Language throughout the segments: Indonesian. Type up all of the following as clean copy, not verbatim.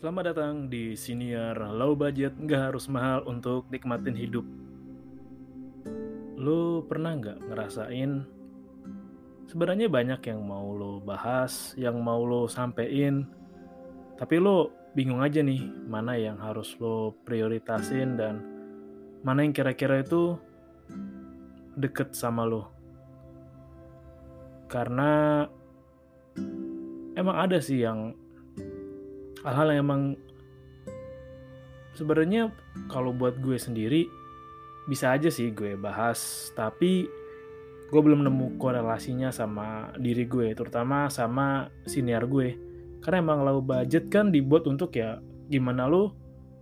Selamat datang di Siniar Low Budget, nggak harus mahal untuk nikmatin hidup. Lo pernah nggak ngerasain sebenarnya banyak yang mau lo bahas, yang mau lo sampein, tapi lo bingung aja nih mana yang harus lo prioritasin dan mana yang kira-kira itu deket sama lo. Karena emang ada sih yang hal-hal yang emang sebenarnya kalau buat gue sendiri bisa aja sih gue bahas, tapi gue belum nemu korelasinya sama diri gue, terutama sama senior gue. Karena emang low budget kan dibuat untuk ya gimana lo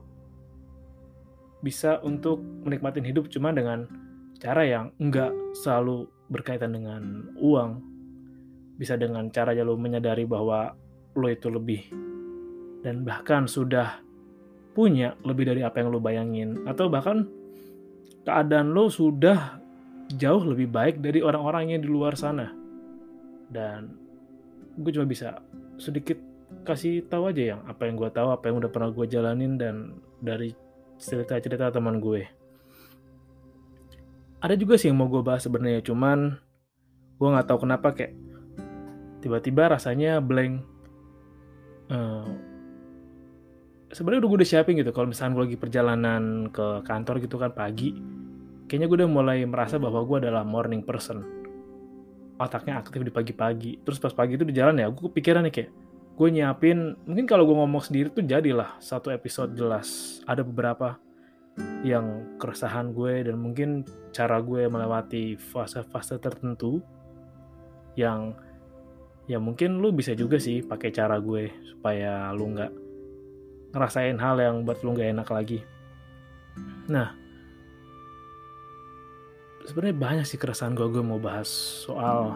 bisa untuk menikmatin hidup cuma dengan cara yang enggak selalu berkaitan dengan uang. Bisa dengan cara lo menyadari bahwa lo itu lebih dan bahkan sudah punya lebih dari apa yang lo bayangin, atau bahkan keadaan lo sudah jauh lebih baik dari orang-orang yang di luar sana. Dan gue cuma bisa sedikit kasih tahu aja yang apa yang gue tahu, apa yang udah pernah gue jalanin dan dari cerita-cerita teman gue. Ada juga sih yang mau gue bahas sebenarnya, cuman gue nggak tahu kenapa kayak tiba-tiba rasanya blank. Sebenarnya udah gue siapin gitu, kalau misalnya gue lagi perjalanan ke kantor gitu kan pagi, kayaknya gue udah mulai merasa bahwa gue adalah morning person. Otaknya aktif di pagi-pagi. Terus pas pagi itu di jalan ya, gue kepikiran nih kayak gue nyiapin, mungkin kalau gue ngomong sendiri tuh jadilah satu episode jelas. Ada beberapa yang keresahan gue dan mungkin cara gue melewati fase-fase tertentu yang ya mungkin lu bisa juga sih pakai cara gue supaya lu nggak ngerasain hal yang buat lu nggak enak lagi. Nah, sebenarnya banyak sih keresahan gue mau bahas soal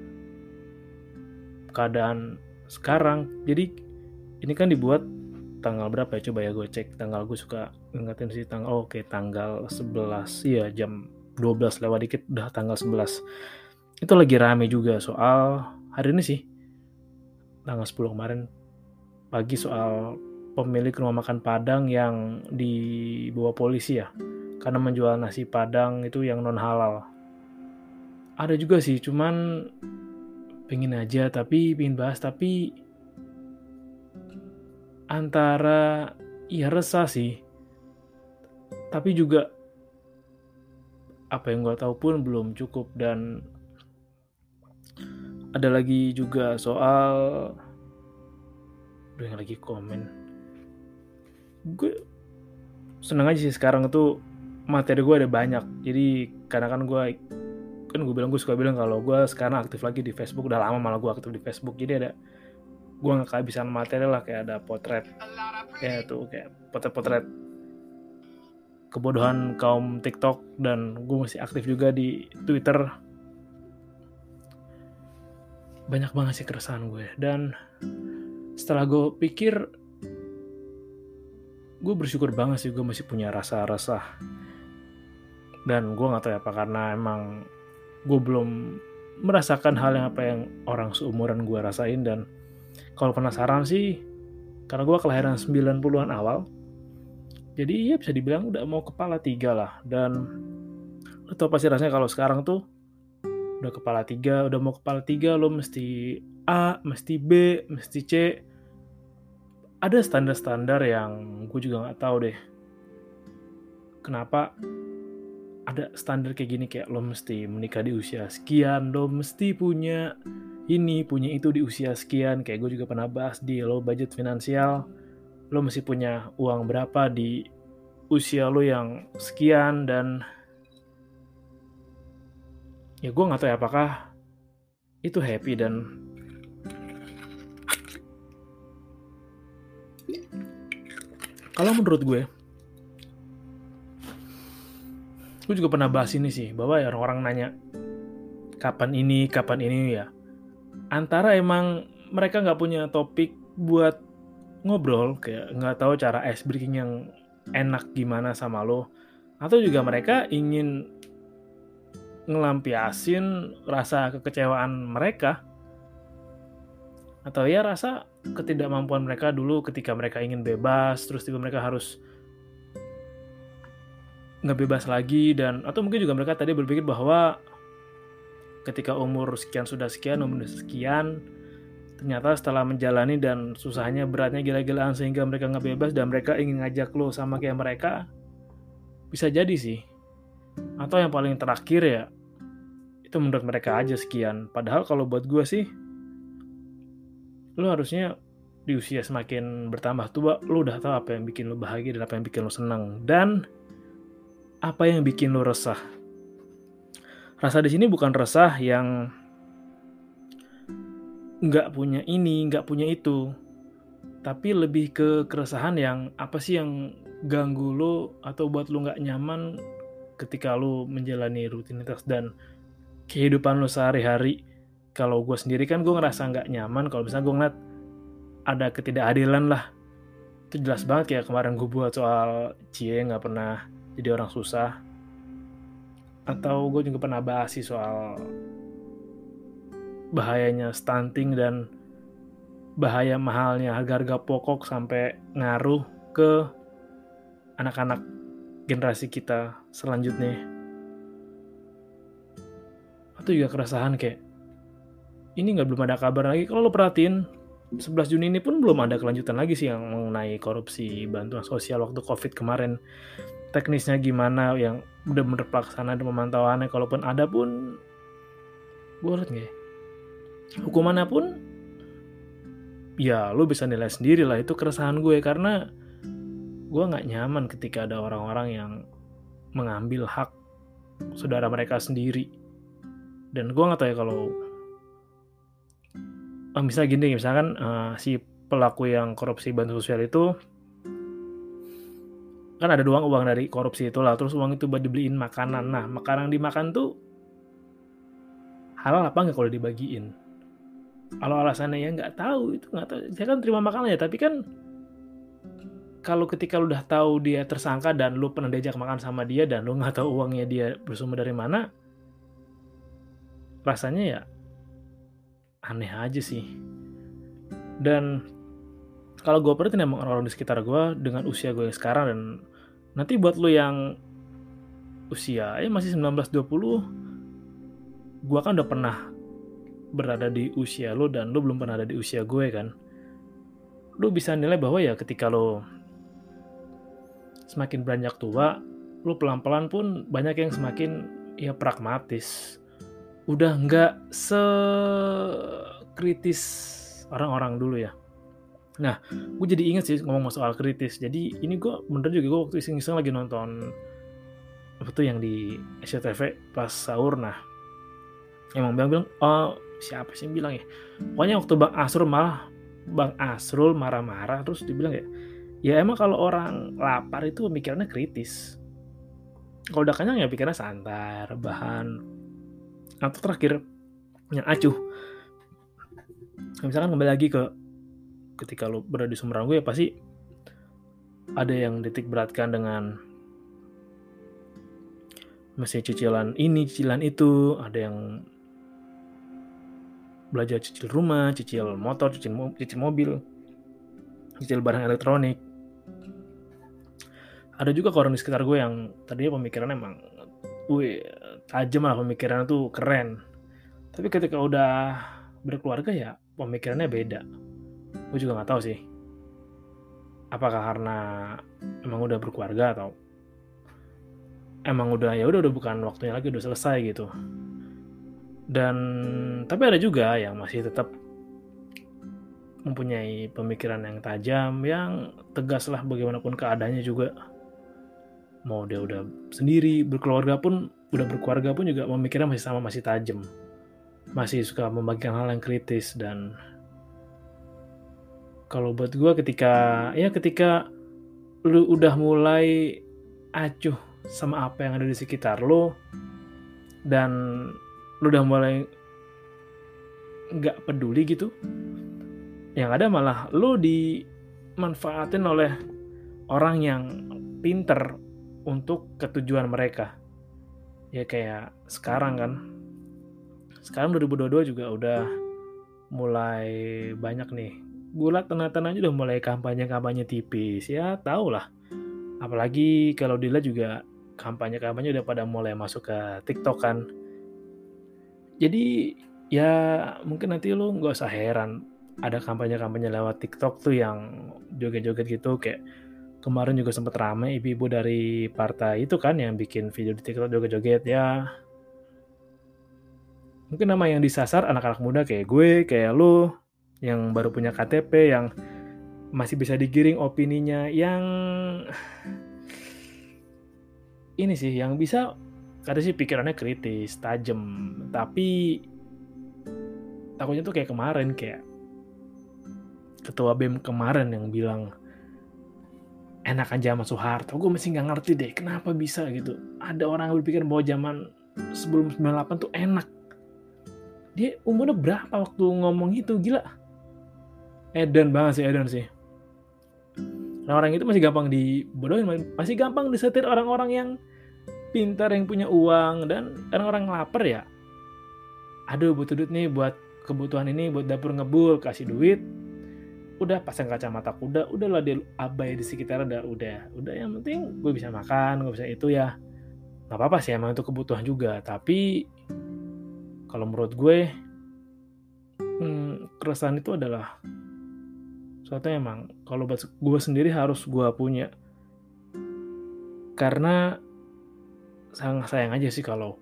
keadaan sekarang. Jadi ini kan dibuat tanggal berapa ya, coba ya gue cek tanggal. Gue suka ingetin sih tanggal. Oke, tanggal 11 ya, jam 12 lewat dikit udah tanggal 11. Itu lagi rame juga soal hari ini sih, tanggal 10 kemarin pagi, soal pemilik rumah makan Padang yang dibawa polisi ya karena menjual nasi Padang itu yang non halal. Ada juga sih, cuman pengen aja tapi pengen bahas, tapi antara ya resah sih, tapi juga apa yang gue tahu pun belum cukup. Dan ada lagi juga soal yang lagi komen, gue seneng aja sih sekarang itu materi gue ada banyak. Jadi karena kan gue bilang, gue suka bilang kalau gue sekarang aktif lagi di Facebook. Udah lama malah gue aktif di Facebook, jadi ada gue nggak kehabisan materi lah. Kayak ada potret, kayak tuh kayak potret kebodohan kaum TikTok, dan gue masih aktif juga di Twitter. Banyak banget sih keresahan gue, dan setelah gue pikir, gue bersyukur banget sih gue masih punya rasa resah. Dan gue nggak tahu ya apa karena emang gue belum merasakan hal yang apa yang orang seumuran gue rasain. Dan kalau penasaran sih, karena gue kelahiran 90-an awal, jadi ya bisa dibilang udah mau kepala 3 lah. Dan lo tau pasti rasanya kalau sekarang tuh udah kepala 3, udah mau kepala 3, lo mesti A, mesti B, mesti C. Ada standar-standar yang gue juga gak tahu deh kenapa ada standar kayak gini, kayak lo mesti menikah di usia sekian, lo mesti punya ini, punya itu di usia sekian. Kayak gue juga pernah bahas di low budget finansial, lo mesti punya uang berapa di usia lo yang sekian. Dan ya gue gak tahu ya apakah itu happy. Dan kalau menurut gue juga pernah bahas ini sih, bahwa ya orang-orang nanya kapan ini ya, antara emang mereka nggak punya topik buat ngobrol, kayak nggak tahu cara ice breaking yang enak gimana sama lo, atau juga mereka ingin ngelampiasin rasa kekecewaan mereka Atau ya rasa ketidakmampuan mereka dulu ketika mereka ingin bebas, terus tiba mereka harus nggak bebas lagi, dan atau mungkin juga mereka tadi berpikir bahwa ketika umur sekian sudah sekian, umur sekian, ternyata setelah menjalani dan susahnya beratnya gila-gilaan sehingga mereka nggak bebas dan mereka ingin ngajak lo sama kayak mereka, bisa jadi sih. Atau yang paling terakhir ya, itu menurut mereka aja sekian. Padahal kalau buat gue sih, lo harusnya di usia semakin bertambah tua, lo udah tahu apa yang bikin lo bahagia dan apa yang bikin lo senang, dan apa yang bikin lo resah. Rasa di sini bukan resah yang nggak punya ini, nggak punya itu, tapi lebih ke keresahan yang apa sih yang ganggu lo atau buat lo nggak nyaman ketika lo menjalani rutinitas dan kehidupan lo sehari-hari. Kalau gue sendiri kan gue ngerasa nggak nyaman kalau misalnya gue ngeliat ada ketidakadilan lah. Itu jelas banget kayak kemarin gue buat soal Cie nggak pernah jadi orang susah, atau gue juga pernah bahas sih soal bahayanya stunting dan bahaya mahalnya harga-harga pokok sampai ngaruh ke anak-anak generasi kita selanjutnya. Atau juga keresahan kayak ini belum ada kabar lagi. Kalau lo perhatiin 11 Juni ini pun belum ada kelanjutan lagi sih yang mengenai korupsi bantuan sosial waktu COVID kemarin. Teknisnya gimana yang bener-bener pelaksanaan dan pemantauannya, kalaupun ada pun gue liat nggak ya, hukumannya pun ya lo bisa nilai sendiri lah. Itu keresahan gue karena gue nggak nyaman ketika ada orang-orang yang mengambil hak saudara mereka sendiri. Dan gue nggak tahu ya kalau misalnya gini, misalkan si pelaku yang korupsi bantuan sosial itu kan ada uang dari korupsi itulah, terus uang itu buat dibeliin makanan. Nah, makanan yang dimakan tuh halal apa nggak kalau dibagiin? Kalau alasannya ya nggak tahu, itu nggak tahu. Saya kan terima makanannya, tapi kan kalau ketika lu udah tahu dia tersangka dan lu pernah diajak makan sama dia dan lu nggak tahu uangnya dia bersumber dari mana, rasanya ya aneh aja sih. Dan kalau gue perhatiin emang orang-orang di sekitar gue dengan usia gue yang sekarang, dan nanti buat lu yang usia masih 19-20, gue kan udah pernah berada di usia lu dan lu belum pernah ada di usia gue kan. Lu bisa nilai bahwa ya ketika lu semakin beranjak tua, lu pelan-pelan pun banyak yang semakin ya pragmatis. Udah nggak sekritis orang-orang dulu ya. Nah, gue jadi inget sih ngomong soal kritis. Jadi ini gue bener juga, gue waktu iseng-iseng lagi nonton apa tuh yang di SCTV pas sahur. Nah, emang bilang oh siapa sih yang bilang ya? Pokoknya waktu Bang Asrul marah-marah terus dibilang ya emang kalau orang lapar itu pemikirannya kritis. Kalau udah kenyang ya pikirnya santai, rebahan. Atau terakhir yang acuh. Misalkan kembali lagi ke ketika lo berada di seumuran gue ya pasti ada yang titik beratkan dengan masih cicilan ini, cicilan itu, ada yang belajar cicil rumah, cicil motor, cicil mobil, cicil barang elektronik. Ada juga orang di sekitar gue yang tadinya pemikirannya emang tajam lah, pemikirannya tuh keren. Tapi ketika udah berkeluarga ya pemikirannya beda. Gue juga nggak tahu sih apakah karena emang udah berkeluarga atau emang udah bukan waktunya lagi, udah selesai gitu. Dan tapi ada juga yang masih tetap mempunyai pemikiran yang tajam, yang tegas lah bagaimanapun keadaannya juga. Mau dia udah sendiri berkeluarga pun juga pemikirannya masih sama, masih tajam, masih suka membagikan hal yang kritis. Dan kalau buat gue ketika lu udah mulai acuh sama apa yang ada di sekitar lu dan lu udah mulai nggak peduli gitu, yang ada malah lu dimanfaatin oleh orang yang pinter untuk ketujuan mereka. Ya kayak sekarang kan, sekarang 2022 juga udah mulai banyak nih. Gue liat tengah-tengahnya udah mulai kampanye-kampanye tipis. Ya tau lah. Apalagi kalau dilihat juga kampanye-kampanye udah pada mulai masuk ke TikTok kan. Jadi ya mungkin nanti lu nggak usah heran ada kampanye-kampanye lewat TikTok tuh yang joget-joget gitu. Kayak kemarin juga sempet rame ibu-ibu dari partai itu kan yang bikin video di TikTok joget-joget ya. Mungkin nama yang disasar anak-anak muda kayak gue, kayak lu, yang baru punya KTP, yang masih bisa digiring opininya, yang ini sih, yang bisa kadang sih pikirannya kritis, tajam, tapi takutnya tuh kayak kemarin, kayak ketua BEM kemarin yang bilang enak aja sama Soeharto. Gue masih nggak ngerti deh kenapa bisa gitu. Ada orang yang berpikir bahwa zaman sebelum 98 tuh enak. Dia umurnya berapa waktu ngomong itu, gila. Edan banget sih, Edan sih. Orang itu masih gampang dibodohin, masih gampang disetir orang-orang yang pintar, yang punya uang, dan orang-orang lapar ya. Aduh, butuh duit nih buat kebutuhan ini, buat dapur ngebul, kasih duit. Udah pasang kacamata kuda, udahlah dia abai di sekitar, udah yang penting gue bisa makan, gue bisa itu ya. Gak apa-apa sih, emang itu kebutuhan juga, tapi kalau menurut gue keresahan itu adalah suatu emang kalau buat gue sendiri harus gue punya, karena sangat sayang aja sih kalau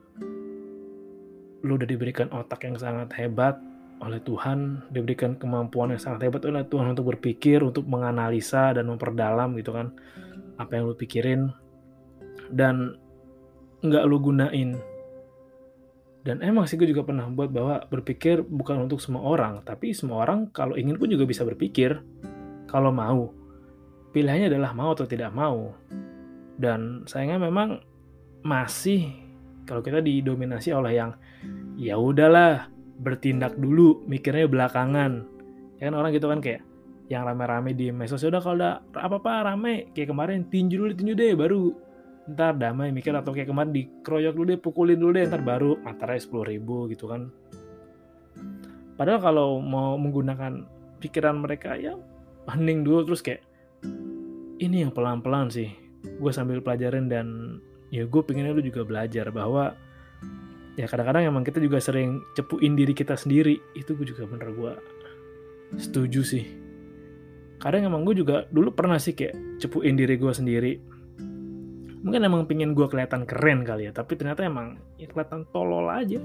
lu udah diberikan otak yang sangat hebat oleh Tuhan, diberikan kemampuan yang sangat hebat oleh Tuhan untuk berpikir, untuk menganalisa dan memperdalam gitu kan apa yang lu pikirin, dan nggak lu gunain. Dan emang sih gue juga pernah buat bahwa berpikir bukan untuk semua orang, tapi semua orang kalau ingin pun juga bisa berpikir kalau mau. Pilihannya adalah mau atau tidak mau. Dan sayangnya memang masih kalau kita didominasi oleh yang ya udahlah, bertindak dulu, mikirnya belakangan. Ya kan orang gitu kan, kayak yang rame-rame di medsos, udah kalau udah apa-apa rame kayak kemarin tinju deh baru ntar damai mikir, atau kayak kemarin dikeroyok dulu deh, pukulin dulu deh, ntar baru materai 10.000 gitu kan. Padahal kalau mau menggunakan pikiran mereka ya hening dulu, terus kayak ini yang pelan-pelan sih gue sambil pelajarin, dan ya gue pengennya lu juga belajar bahwa ya kadang-kadang emang kita juga sering cepuin diri kita sendiri. Itu gue juga bener gue setuju sih. Kadang emang gue juga dulu pernah sih kayak cepuin diri gue sendiri. Mungkin emang pengen gue kelihatan keren kali ya, tapi ternyata emang ya kelihatan tolol aja.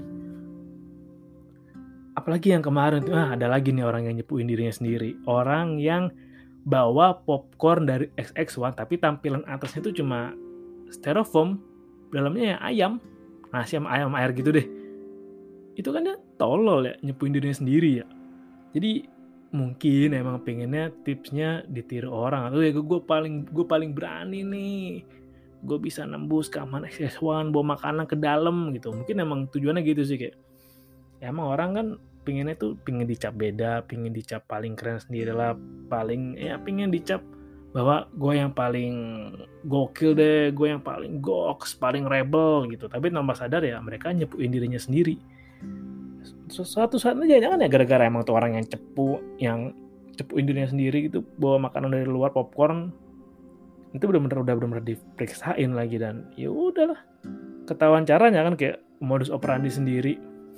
Apalagi yang kemarin tuh, ada lagi nih orang yang nyepuin dirinya sendiri. Orang yang bawa popcorn dari XX1, tapi tampilan atasnya tuh cuma styrofoam, dalamnya ya ayam, nasi sama ayam air gitu deh. Itu kan dia tolol ya, nyepuin dirinya sendiri ya. Jadi mungkin emang pengennya tipsnya ditiru orang, atau ya gue paling berani nih, gue bisa nembus keamanan XX1, bawa makanan ke dalam gitu. Mungkin emang tujuannya gitu sih, kayak ya emang orang kan pengennya tuh pengen dicap beda, pengen dicap paling keren sendiri lah, paling ya pengen dicap bahwa gue yang paling gokil deh, gue yang paling goks, paling rebel gitu. Tapi tanpa sadar ya mereka nyepuin dirinya sendiri. Suatu saat aja jangan ya gara-gara emang tuh orang yang cepuin dirinya sendiri gitu, bawa makanan dari luar, popcorn, itu udah bener diperiksain lagi, dan ya udahlah ketahuan caranya kan, kayak modus operandi sendiri.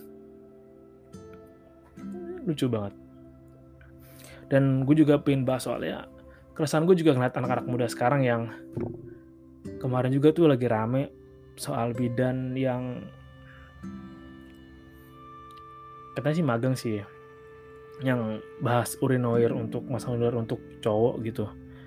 Lucu banget. Dan gue juga pengen bahas soalnya keresahan gue juga ngeliat anak-anak muda sekarang yang kemarin juga tuh lagi rame soal bidan yang katanya sih magang sih, yang bahas urinoir untuk masa urinoir untuk cowok gitu.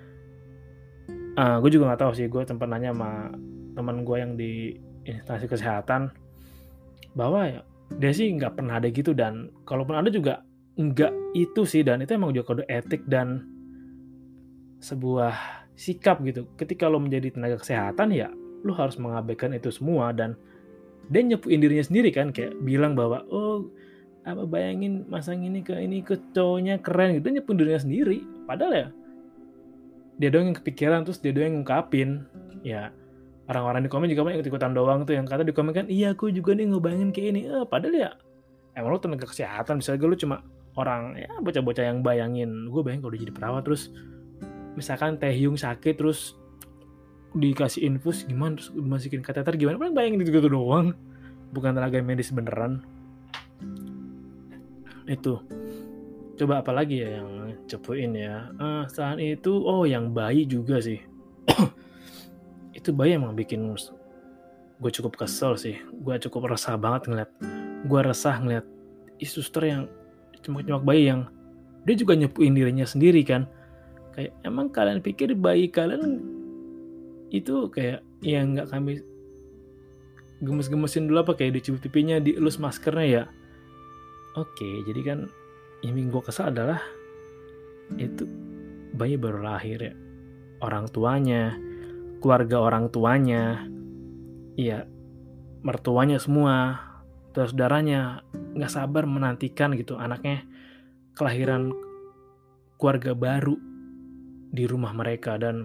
Gue juga nggak tahu sih, gue tempat nanya sama teman gue yang di instansi kesehatan bahwa ya, dia sih nggak pernah ada gitu, dan kalaupun ada juga nggak itu sih, dan itu emang juga kode etik dan sebuah sikap gitu. Ketika lo menjadi tenaga kesehatan ya lo harus mengabaikan itu semua. Dan dia nyepuin dirinya sendiri kan, kayak bilang bahwa bayangin masang ini ke cowoknya keren gitu, dia nyepuin dirinya sendiri. Padahal ya dia doang yang kepikiran, terus dia doang yang ngungkapin. Ya orang-orang di komen juga banyak ikut-ikutan doang tuh, yang kata di komen kan, iya aku juga nih ngebayangin kayak ini. Padahal ya emang lu tenaga kesehatan, misalnya lu cuma orang ya bocah-bocah yang bayangin, gue bayangin kalau udah jadi perawat terus misalkan Taehyung sakit terus dikasih infus gimana, terus dimasukin kateter gimana, paling bayangin gitu doang, bukan tenaga medis beneran. Itu coba apa lagi ya yang cepuin ya, selain itu yang bayi juga sih. Itu bayi emang bikin gue cukup kesel sih, gue cukup resah banget ngeliat suster yang cemak-cemak bayi yang dia juga nyepuin dirinya sendiri kan. Kayak emang kalian pikir bayi kalian itu kayak yang nggak kami gemes-gemesin dulu apa, kayak dicubit pipinya, dielus maskernya ya. Oke, jadi kan yang gue kesal adalah itu bayi baru lahir ya, orang tuanya, keluarga orang tuanya, ya mertuanya semua, terus saudaranya nggak sabar menantikan gitu anaknya kelahiran keluarga baru di rumah mereka, dan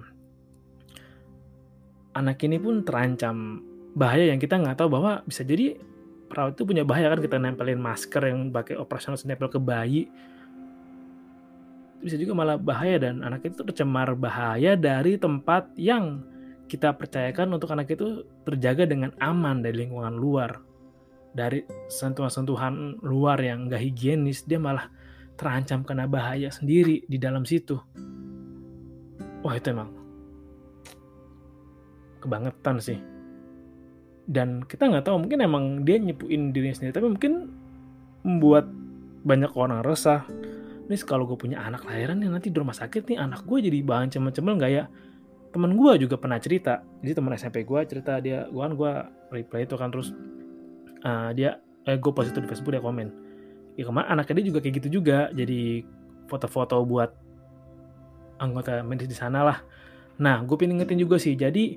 anak ini pun terancam bahaya yang kita nggak tahu bahwa bisa jadi perawat itu punya bahaya kan, kita nempelin masker yang pakai operasional nempel ke bayi, bisa juga malah bahaya, dan anak itu tercemar bahaya dari tempat yang kita percayakan untuk anak itu terjaga dengan aman dari lingkungan luar, dari sentuhan-sentuhan luar yang nggak higienis, dia malah terancam kena bahaya sendiri di dalam situ. Wah itu emang kebangetan sih. Dan kita nggak tahu, mungkin emang dia nyepuin dirinya sendiri, tapi mungkin membuat banyak orang resah. Nih kalau gue punya anak lahiran nih nanti di rumah sakit nih, anak gue jadi bahan cemel-cemel nggak ya? Temen gue juga pernah cerita, jadi temen SMP gue cerita, gue reply itu kan, terus gue post itu di Facebook, dia komen, ya kemarin anaknya dia juga kayak gitu juga, jadi foto-foto buat anggota medis di sana lah. Nah gue pengen ngingetin juga sih, jadi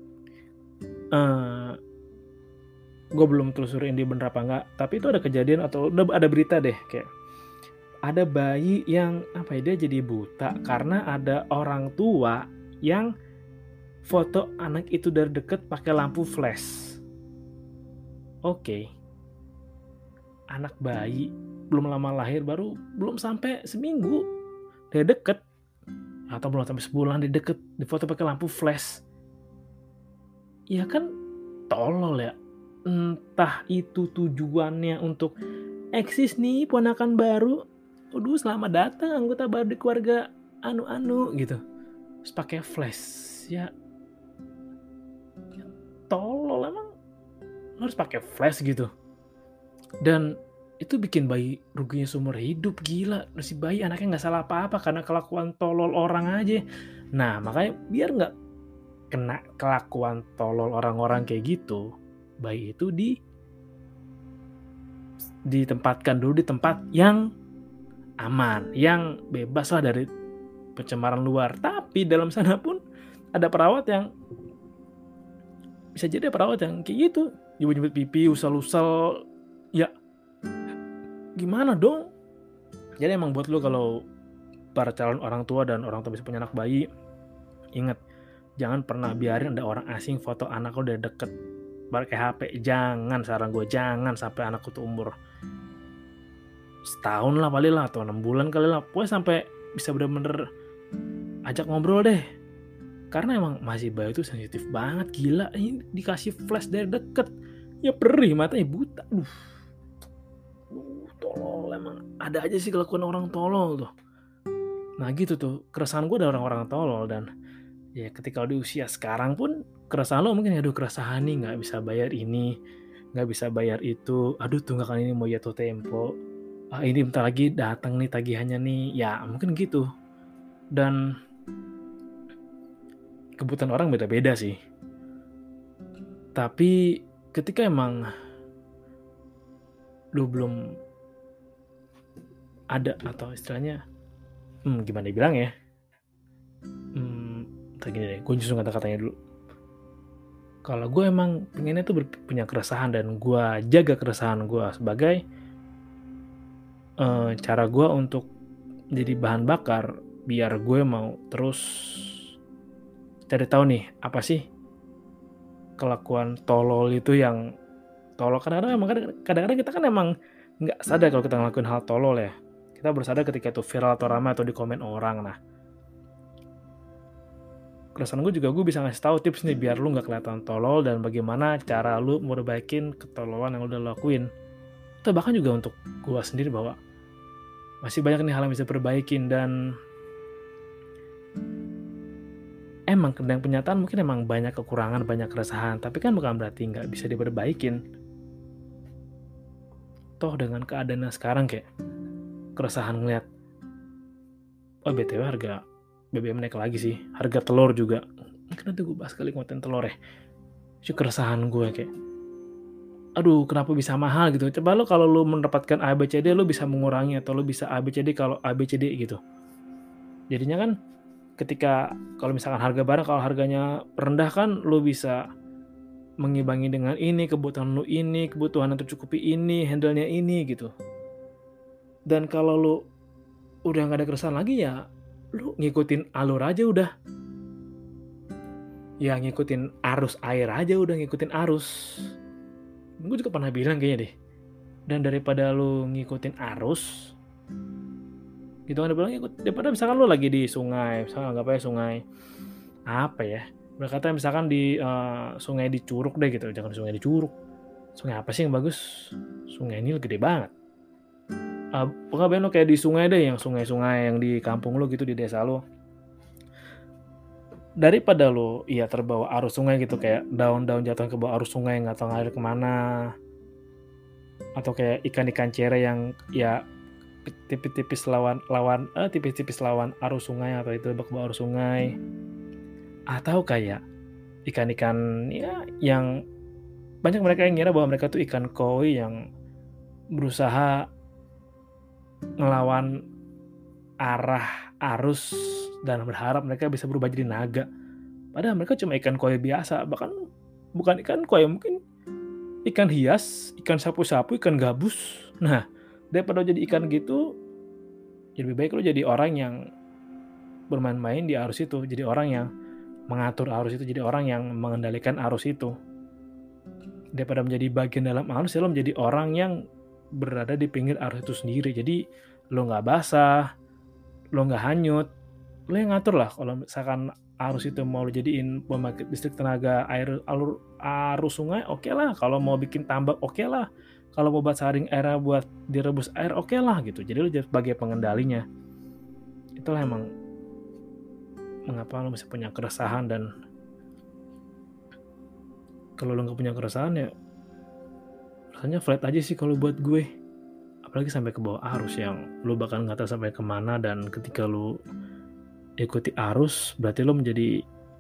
gue belum telusurin dia bener apa enggak, tapi itu ada kejadian atau udah ada berita deh, kayak ada bayi yang dia jadi buta karena ada orang tua yang foto anak itu dari deket pakai lampu flash. Oke. Anak bayi belum lama lahir, belum sampai seminggu dia deket, atau belum sampai sebulan dia deket, di foto pakai lampu flash. Ya kan tolol ya. Entah itu tujuannya untuk eksis nih ponakan baru, aduh selamat datang anggota baru di keluarga anu gitu, terus pakai flash ya tolol, emang harus pakai flash gitu. Dan itu bikin bayi ruginya seumur hidup, gila. Si bayi anaknya nggak salah apa-apa karena kelakuan tolol orang aja. Nah makanya biar nggak kena kelakuan tolol orang-orang kayak gitu, bayi itu ditempatkan dulu di tempat yang aman, yang bebas lah dari pencemaran luar. Tapi dalam sana pun ada perawat yang bisa jadi kayak gitu, nyebut pipi, usal-usal, ya gimana dong. Jadi emang buat lu kalau para calon orang tua dan orang tua bisa punya anak bayi, ingat jangan pernah biarin ada orang asing foto anak lu dari deket pakai HP. Jangan, saran gue jangan sampai anak itu umur setahun lah paling lah, atau 6 bulan kali lah, pokoknya sampai bisa bener-bener ajak ngobrol deh, karena emang masih bayi itu sensitif banget, gila. Ini dikasih flash dari deket ya perih, matanya buta. Tolol, emang ada aja sih kelakuan orang tolol tuh. Nah gitu tuh keresahan gue ada orang-orang tolol. Dan ya ketika di usia sekarang pun keresahan lo mungkin, aduh keresahan nih nggak bisa bayar ini, nggak bisa bayar itu, aduh tunggakan ini mau jatuh tempo, ini bentar lagi datang nih tagihannya nih, ya mungkin gitu. Dan kebutuhan orang beda-beda sih, tapi ketika emang lu belum ada, atau istilahnya gimana dibilang ya, gini deh, gue nyusun kata-katanya dulu. Kalau gue emang pengennya tuh punya keresahan, dan gue jaga keresahan gue sebagai cara gue untuk jadi bahan bakar, biar gue mau terus cari tahu nih apa sih kelakuan tolol itu yang tolol. Kadang-kadang kita kan emang nggak sadar kalau kita ngelakuin hal tolol ya. Kita baru sadar ketika itu viral atau ramai atau di komen orang. Nah, keresahan gue juga gue bisa ngasih tahu tips nih biar lu nggak kelihatan tolol dan bagaimana cara lu merbaikin ketololan yang lu udah lakuin. Atau bahkan juga untuk gue sendiri bahwa masih banyak nih hal yang bisa diperbaikin dan emang dengan penyataan mungkin emang banyak kekurangan, banyak keresahan, tapi kan bukan berarti nggak bisa diperbaikin. Toh dengan keadaannya sekarang kayak keresahan ngeliat, oh BTW harga BBM naik lagi sih, harga telur juga. Mungkin nanti gue bahas kali konten telur ya. Itu keresahan gue kayak, aduh kenapa bisa mahal gitu. Coba lo kalau lo mendapatkan ABCD lo bisa mengurangi atau lo bisa ABCD kalau ABCD gitu. Jadinya kan ketika kalau misalkan harga barang kalau harganya rendah kan lo bisa mengimbangi dengan ini, kebutuhan lo ini, kebutuhan yang tercukupi ini, handle-nya ini gitu. Dan kalau lo udah gak ada keresahan lagi ya lu ngikutin alur aja udah. Ya ngikutin arus air aja udah, ngikutin arus. Gue juga pernah bilang kayaknya deh. Dan daripada lu ngikutin arus gitu kan, daripada misalkan lu lagi di sungai, misalkan anggap aja sungai apa ya, berkata misalkan di sungai di Curug deh gitu, jangan sungai di Curug. Sungai apa sih yang bagus? Sungai ini gede banget. Pokoknya lo kayak di sungai deh, yang sungai-sungai yang di kampung lo gitu, di desa lo. Daripada lo terbawa arus sungai gitu, kayak daun-daun jatuh ke bawah arus sungai nggak tahu ngalir kemana, atau kayak ikan-ikan cere yang ya tipis-tipis lawan arus sungai atau itu ke bawah arus sungai, atau kayak ikan-ikan ya yang banyak mereka yang ngira bahwa mereka tuh ikan koi yang berusaha ngelawan arah arus dan berharap mereka bisa berubah jadi naga. Padahal mereka cuma ikan koi biasa, bahkan bukan ikan koi, mungkin ikan hias, ikan sapu-sapu, ikan gabus. Nah, daripada jadi ikan gitu, ya lebih baik lo jadi orang yang bermain-main di arus itu, jadi orang yang mengatur arus itu, jadi orang yang mengendalikan arus itu. Daripada menjadi bagian dalam arus, ya lo menjadi orang yang berada di pinggir arus itu sendiri. Jadi lo nggak basah, lo nggak hanyut, lo yang ngatur lah. Kalau misalkan arus itu mau lo jadiin pembangkit listrik tenaga air arus sungai, oke lah. Kalau mau bikin tambak, oke lah. Kalau mau buat saring air buat direbus air, oke lah gitu. Jadi lo jadi sebagai pengendalinya. Itulah emang mengapa lo bisa punya keresahan. Dan kalau lo nggak punya keresahan ya rasanya flat aja sih kalau buat gue. Apalagi sampai ke bawah arus yang lo bakal nggak tahu sampai kemana. Dan ketika lo ikuti arus berarti lo menjadi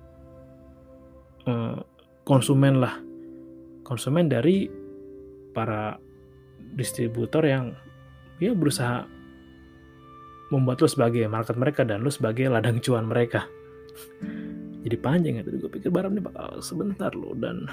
konsumen lah, konsumen dari para distributor yang ya berusaha membuat lo sebagai market mereka dan lo sebagai ladang cuan mereka. Jadi panjang ya, tadi gue pikir barang ini bakal sebentar lo, dan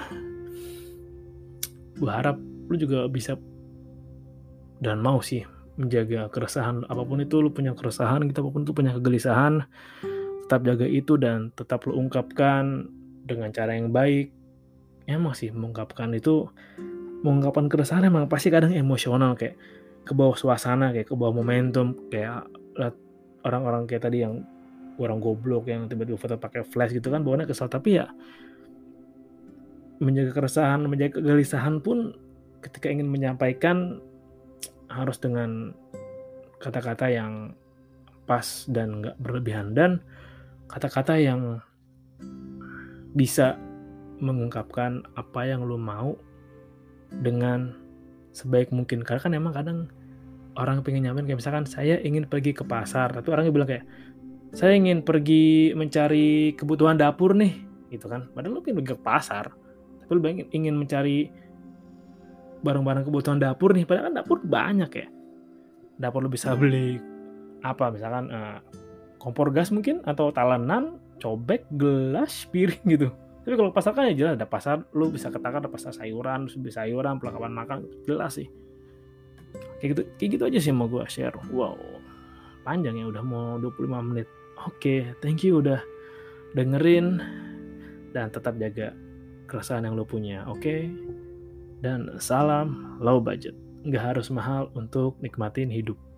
gue harap lo juga bisa dan mau sih menjaga keresahan. Apapun itu lo punya keresahan gitu, apapun itu punya kegelisahan, tetap jaga itu dan tetap lo ungkapkan dengan cara yang baik. Emang sih mengungkapkan keresahan emang pasti kadang emosional, kayak ke bawah suasana, kayak ke bawah momentum, kayak orang-orang kayak tadi yang orang goblok yang tiba-tiba foto pakai flash gitu kan, bawaannya kesal. Tapi ya menjaga keresahan, menjaga kegelisahan pun ketika ingin menyampaikan harus dengan kata-kata yang pas dan gak berlebihan, dan kata-kata yang bisa mengungkapkan apa yang lo mau dengan sebaik mungkin. Karena kan emang kadang orang pengen nyampein kayak misalkan saya ingin pergi ke pasar, tapi orangnya bilang kayak saya ingin pergi mencari kebutuhan dapur nih gitu kan. Padahal lo pengen pergi ke pasar, tapi lo ingin mencari barang-barang kebutuhan dapur nih, padahal kan dapur banyak ya. Dapur lo bisa beli apa, misalkan kompor gas mungkin, atau talenan, cobek, gelas, piring gitu. Tapi kalau pasar kan ya jelas ada pasar, lo bisa katakan ada pasar sayuran, beli sayuran, perlengkapan makan, jelas sih. Kayak gitu aja sih mau gue share. Wow, panjang ya, udah mau 25 menit. Oke, thank you udah dengerin, dan tetap jaga keresahan yang lo punya, oke? Dan salam low budget. nggak harus mahal untuk nikmatin hidup.